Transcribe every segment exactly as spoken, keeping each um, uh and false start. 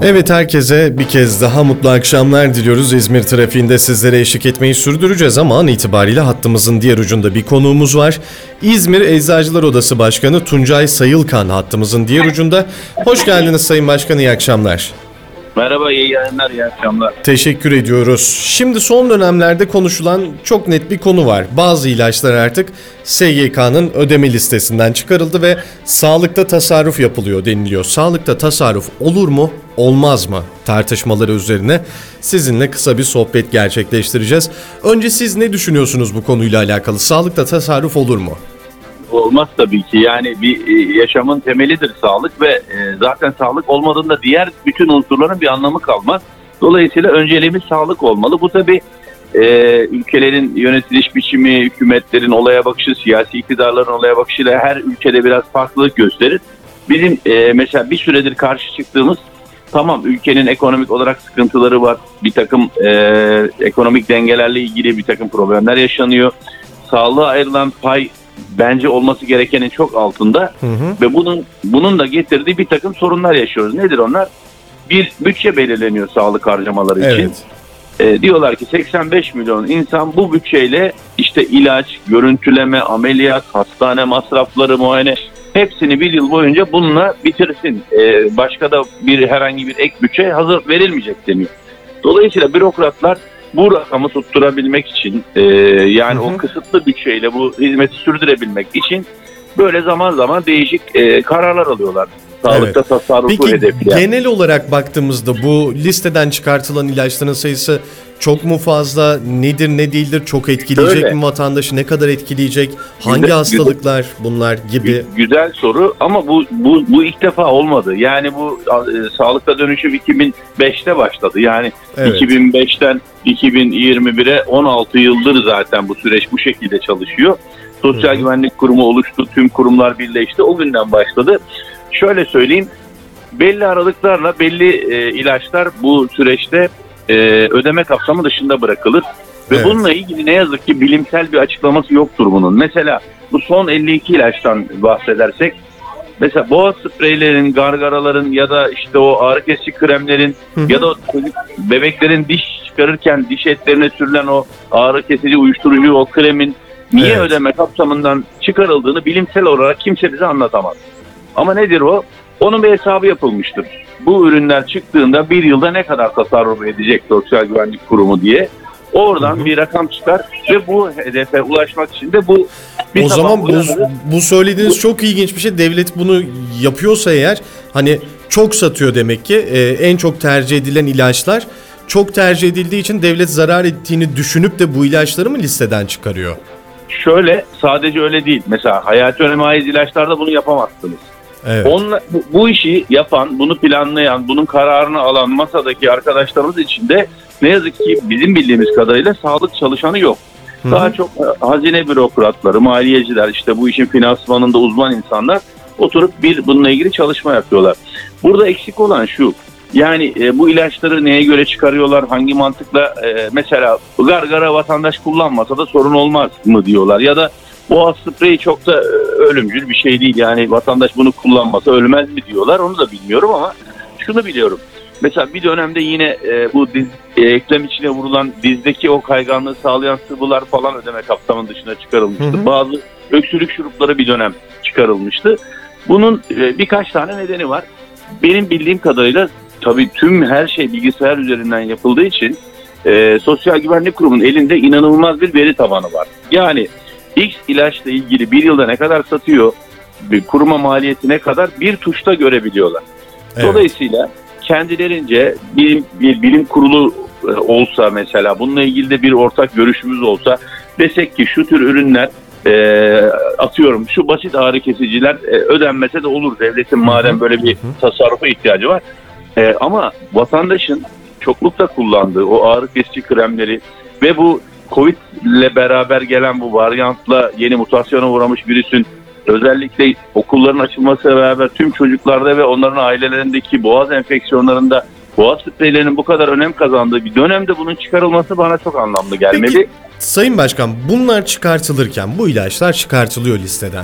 Evet, herkese bir kez daha mutlu akşamlar diliyoruz. İzmir trafiğinde sizlere eşlik etmeyi sürdüreceğiz ama an itibariyle hattımızın diğer ucunda bir konuğumuz var. İzmir Eczacılar Odası Başkanı Tuncay Sayılkan hattımızın diğer ucunda. Hoş geldiniz Sayın Başkan, iyi akşamlar. Merhaba, iyi yayınlar, iyi akşamlar. Teşekkür ediyoruz. Şimdi son dönemlerde konuşulan çok net bir konu var. Bazı ilaçlar artık S G K'nın ödeme listesinden çıkarıldı ve sağlıkta tasarruf yapılıyor deniliyor. Sağlıkta tasarruf olur mu, olmaz mı tartışmaları üzerine sizinle kısa bir sohbet gerçekleştireceğiz. Önce siz ne düşünüyorsunuz bu konuyla alakalı? Sağlıkta tasarruf olur mu? Olmaz tabii ki. Yani bir yaşamın temelidir sağlık ve zaten sağlık olmadığında diğer bütün unsurların bir anlamı kalmaz. Dolayısıyla önceliğimiz sağlık olmalı. Bu tabii e, ülkelerin yönetiliş biçimi, hükümetlerin olaya bakışı, siyasi iktidarların olaya bakışıyla her ülkede biraz farklılık gösterir. Bizim e, mesela bir süredir karşı çıktığımız, tamam ülkenin ekonomik olarak sıkıntıları var. Bir takım e, ekonomik dengelerle ilgili bir takım problemler yaşanıyor. Sağlığa ayrılan pay bence olması gerekenin çok altında, hı hı. ve bunun bunun da getirdiği bir takım sorunlar yaşıyoruz. Nedir onlar? Bir bütçe belirleniyor sağlık harcamaları evet. için. E, diyorlar ki seksen beş milyon insan bu bütçeyle işte ilaç, görüntüleme, ameliyat, hastane masrafları, muayene hepsini bir yıl boyunca bununla bitirsin. E, başka da bir herhangi bir ek bütçe hazır verilmeyecek deniyor. Dolayısıyla bürokratlar bu rakamı tutturabilmek için e, yani hı hı. o kısıtlı bütçeyle bu hizmeti sürdürebilmek için böyle zaman zaman değişik e, kararlar alıyorlar. Sağlıkta evet. tasarrufu hedefleyen. Peki genel olarak baktığımızda bu listeden çıkartılan ilaçların sayısı çok mu fazla? Nedir, ne değildir? Çok etkileyecek Öyle. mi vatandaşı? Ne kadar etkileyecek? Hangi güzel, hastalıklar bunlar gibi? Güzel soru ama bu bu bu ilk defa olmadı. Yani bu e, sağlıkta dönüşüm iki bin beşte başladı. Yani evet. iki bin beşten iki bin yirmi bire on altı yıldır zaten bu süreç bu şekilde çalışıyor. Sosyal Hı-hı. Güvenlik Kurumu oluştu. Tüm kurumlar birleşti. O günden başladı. Şöyle söyleyeyim, belli aralıklarla belli e, ilaçlar bu süreçte e, ödeme kapsamı dışında bırakılır. Ve evet. bununla ilgili ne yazık ki bilimsel bir açıklaması yoktur bunun. Mesela bu son elli iki ilaçtan bahsedersek, mesela boğaz spreylerin, gargaraların ya da işte o ağrı kesici kremlerin hı hı. ya da bebeklerin diş çıkarırken diş etlerine sürülen o ağrı kesici uyuşturucu o kremin niye evet. ödeme kapsamından çıkarıldığını bilimsel olarak kimse bize anlatamaz. Ama nedir o? Onun bir hesabı yapılmıştır. Bu ürünler çıktığında bir yılda ne kadar tasarruf edecek Sosyal Güvenlik Kurumu diye. Oradan hı hı. bir rakam çıkar ve bu hedefe ulaşmak için de bu bir O zaman bu, uyanır. bu söylediğiniz bu, çok ilginç bir şey. Devlet bunu yapıyorsa eğer hani çok satıyor demek ki. Ee, en çok tercih edilen ilaçlar çok tercih edildiği için devlet zarar ettiğini düşünüp de bu ilaçları mı listeden çıkarıyor? Şöyle, sadece öyle değil. Mesela hayati öneme ait ilaçlarda bunu yapamazsınız. Evet. Onla, bu, bu işi yapan, bunu planlayan, bunun kararını alan masadaki arkadaşlarımız içinde ne yazık ki bizim bildiğimiz kadarıyla sağlık çalışanı yok. Hı-hı. Daha çok hazine bürokratları, maliyeciler, işte bu işin finansmanında uzman insanlar oturup bir bununla ilgili çalışma yapıyorlar. Burada eksik olan şu, yani e, bu ilaçları neye göre çıkarıyorlar, hangi mantıkla e, mesela gargara vatandaş kullanmasa da sorun olmaz mı diyorlar ya da boğaz spreyi çok da ölümcül bir şey değil. Yani vatandaş bunu kullanmasa ölmez mi diyorlar. Onu da bilmiyorum ama şunu biliyorum. Mesela bir dönemde yine e, bu diz, e, eklem içine vurulan dizdeki o kayganlığı sağlayan sıvılar falan ödeme kapsamının dışına çıkarılmıştı. Hı hı. Bazı öksürük şurupları bir dönem çıkarılmıştı. Bunun e, birkaç tane nedeni var. Benim bildiğim kadarıyla tabii tüm her şey bilgisayar üzerinden yapıldığı için e, Sosyal Güvenlik Kurumu'nun elinde inanılmaz bir veri tabanı var. Yani X ilaçla ilgili bir yılda ne kadar satıyor, bir kuruma maliyeti ne kadar bir tuşta görebiliyorlar. Evet. Dolayısıyla kendilerince bir, bir bilim kurulu olsa mesela, bununla ilgili de bir ortak görüşümüz olsa, desek ki şu tür ürünler e, atıyorum şu basit ağrı kesiciler e, ödenmese de olur. Devletin madem böyle bir tasarrufa ihtiyacı var. E, ama vatandaşın çoklukla kullandığı o ağrı kesici kremleri ve bu Covid ile beraber gelen bu varyantla yeni mutasyona uğramış virüsün özellikle okulların açılmasıyla beraber tüm çocuklarda ve onların ailelerindeki boğaz enfeksiyonlarında boğaz spreylerinin bu kadar önem kazandığı bir dönemde bunun çıkarılması bana çok anlamlı gelmeli. Peki Sayın Başkan, bunlar çıkartılırken, bu ilaçlar çıkartılıyor listeden.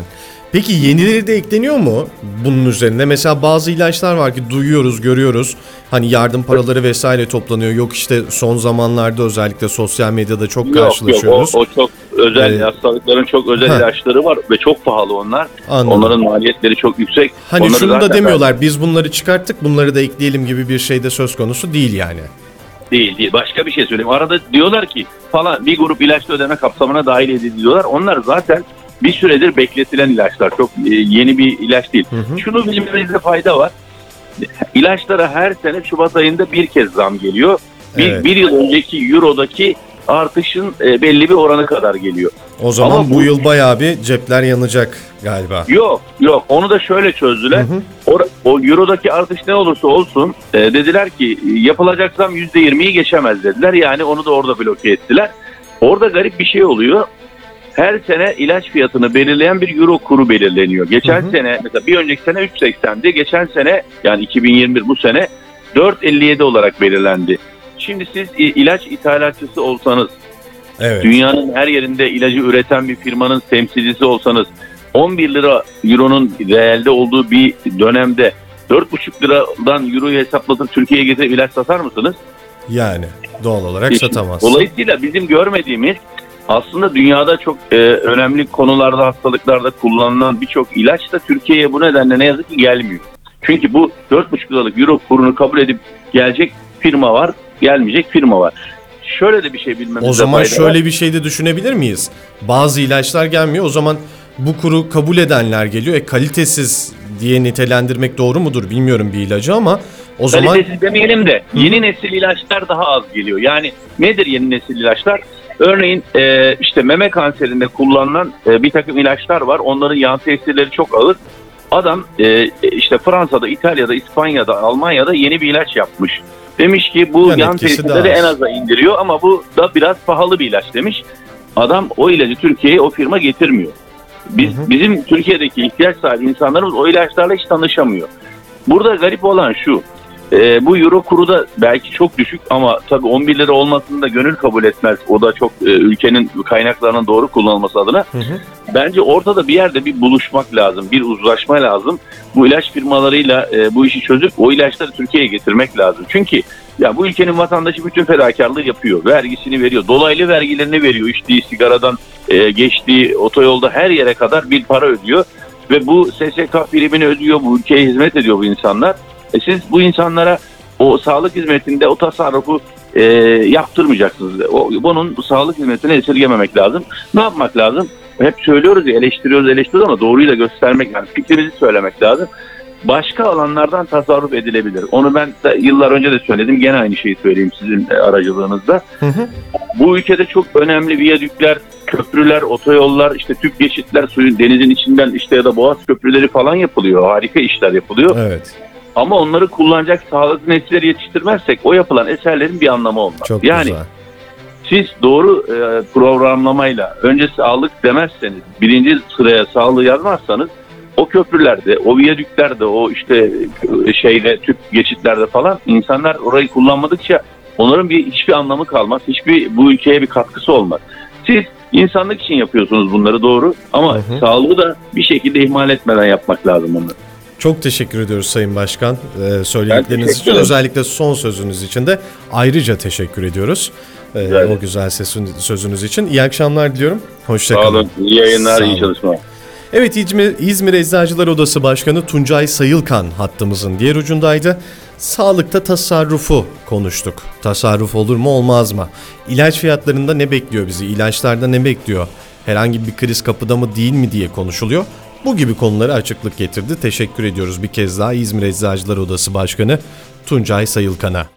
Peki yenileri de ekleniyor mu bunun üzerine? Mesela bazı ilaçlar var ki duyuyoruz, görüyoruz. Hani yardım paraları vesaire toplanıyor. Yok işte son zamanlarda özellikle sosyal medyada çok Yok karşılaşıyoruz. yok o, o çok özel Ee, hastalıkların çok özel heh. ilaçları var ve çok pahalı onlar. Anladım. Onların maliyetleri çok yüksek. Hani Onları şunu da zaten demiyorlar, biz bunları çıkarttık, bunları da ekleyelim gibi bir şey de söz konusu değil yani. Değil değil. Başka bir şey söyleyeyim. Arada diyorlar ki falan bir grup ilaçlı ödeme kapsamına dahil ediliyorlar. Onlar zaten bir süredir bekletilen ilaçlar. Çok e, yeni bir ilaç değil. Hı hı. Şunu bilmemizde fayda var. İlaçlara her sene Şubat ayında bir kez zam geliyor. Bir, Evet. bir yıl önceki Euro'daki artışın e, belli bir oranı kadar geliyor. O zaman Ama bu, bu- yıl bayağı bir cepler yanacak galiba. Yok yok onu da şöyle çözdüler. Hı hı. O, o Euro'daki artış ne olursa olsun e, dediler ki yapılacak zam yüzde yirmiyi geçemez dediler. Yani onu da orada bloke ettiler. Orada garip bir şey oluyor. Her sene ilaç fiyatını belirleyen bir euro kuru belirleniyor. Geçen Hı hı. sene mesela bir önceki sene üç seksendi. Geçen sene yani iki bin yirmi bir bu sene dört elli yedi olarak belirlendi. Şimdi siz i- ilaç ithalatçısı olsanız, Evet. dünyanın her yerinde ilacı üreten bir firmanın temsilcisi olsanız, on bir lira euronun realde olduğu bir dönemde dört buçuk liradan euroyu hesaplatıp Türkiye'ye getirip ilaç satar mısınız? Yani doğal olarak satamaz. Dolayısıyla bizim görmediğimiz aslında dünyada çok e, önemli konularda, hastalıklarda kullanılan birçok ilaç da Türkiye'ye bu nedenle ne yazık ki gelmiyor. Çünkü bu dört buçuk liralık euro kurunu kabul edip gelecek firma var, gelmeyecek firma var. Şöyle de bir şey bilmemizde O zaman fayda var. şöyle bir şey de düşünebilir miyiz? Bazı ilaçlar gelmiyor. O zaman bu kuru kabul edenler geliyor. E kalitesiz diye nitelendirmek doğru mudur bilmiyorum bir ilacı ama o zaman Kalitesiz demeyelim de yeni nesil ilaçlar daha az geliyor. Yani nedir yeni nesil ilaçlar? Örneğin e, işte meme kanserinde kullanılan e, bir takım ilaçlar var. Onların yan tesirleri çok ağır. Adam e, işte Fransa'da, İtalya'da, İspanya'da, Almanya'da yeni bir ilaç yapmış. Demiş ki bu Yan yan etkisi tesirleri daha az. en aza indiriyor ama bu da biraz pahalı bir ilaç demiş. Adam o ilacı Türkiye'ye o firma getirmiyor. Biz, Hı hı. Bizim Türkiye'deki ihtiyaç sahibi insanlarımız o ilaçlarla hiç tanışamıyor. Burada garip olan şu. E, bu euro kuru da belki çok düşük ama tabii on bir lira olmasını da gönül kabul etmez. O da çok e, ülkenin kaynaklarının doğru kullanılması adına. Hı hı. Bence ortada bir yerde bir buluşmak lazım, bir uzlaşma lazım. Bu ilaç firmalarıyla e, bu işi çözüp o ilaçları Türkiye'ye getirmek lazım. Çünkü ya bu ülkenin vatandaşı bütün fedakarlığı yapıyor. Vergisini veriyor, dolaylı vergilerini veriyor. İçtiği sigaradan e, geçtiği otoyolda her yere kadar bir para ödüyor. Ve bu S S K primini ödüyor, bu ülkeye hizmet ediyor bu insanlar. E siz bu insanlara o sağlık hizmetinde o tasarrufu e, yaptırmayacaksınız. O, bunun sağlık hizmetini esirgememek lazım. Ne yapmak lazım? Hep söylüyoruz ya, eleştiriyoruz eleştiriyoruz ama doğruyu da göstermek, yani fikrimizi söylemek lazım. Başka alanlardan tasarruf edilebilir. Onu ben de yıllar önce de söyledim. Gene aynı şeyi söyleyeyim sizin e, aracılığınızda. Hı hı. Bu ülkede çok önemli viyadükler, köprüler, otoyollar, işte tüp geçitler, suyun denizin içinden işte ya da boğaz köprüleri falan yapılıyor. Harika işler yapılıyor. Evet. Ama onları kullanacak sağlıklı nesilleri yetiştirmezsek o yapılan eserlerin bir anlamı olmaz. Çok yani güzel. siz doğru e, programlamayla önce sağlık demezseniz, birinci sıraya sağlığı yazmazsanız o köprülerde, o viyadüklerde, o işte e, şeyde tüp geçitlerde falan insanlar orayı kullanmadıkça onların bir hiçbir anlamı kalmaz. Hiçbir bu ülkeye bir katkısı olmaz. Siz insanlık için yapıyorsunuz bunları doğru ama Hı hı. sağlığı da bir şekilde ihmal etmeden yapmak lazım bunları. Çok teşekkür ediyoruz Sayın Başkan. Ee, Ben söyledikleriniz teşekkür için ederim. özellikle son sözünüz için de ayrıca teşekkür ediyoruz. Ee, Rica ederim. o güzel sesin, sözünüz için. İyi akşamlar diliyorum. Hoşça Sağ kalın. olun. İyi yayınlar, Sağ iyi olun. çalışmalar. Evet, İzmir, İzmir Eczacılar Odası Başkanı Tuncay Sayılkan hattımızın diğer ucundaydı. Sağlıkta tasarrufu konuştuk. Tasarruf olur mu olmaz mı? İlaç fiyatlarında ne bekliyor bizi? İlaçlarda ne bekliyor? Herhangi bir kriz kapıda mı değil mi diye konuşuluyor. Bu gibi konulara açıklık getirdi. Teşekkür ediyoruz bir kez daha İzmir Eczacılar Odası Başkanı Tuncay Sayılkan'a.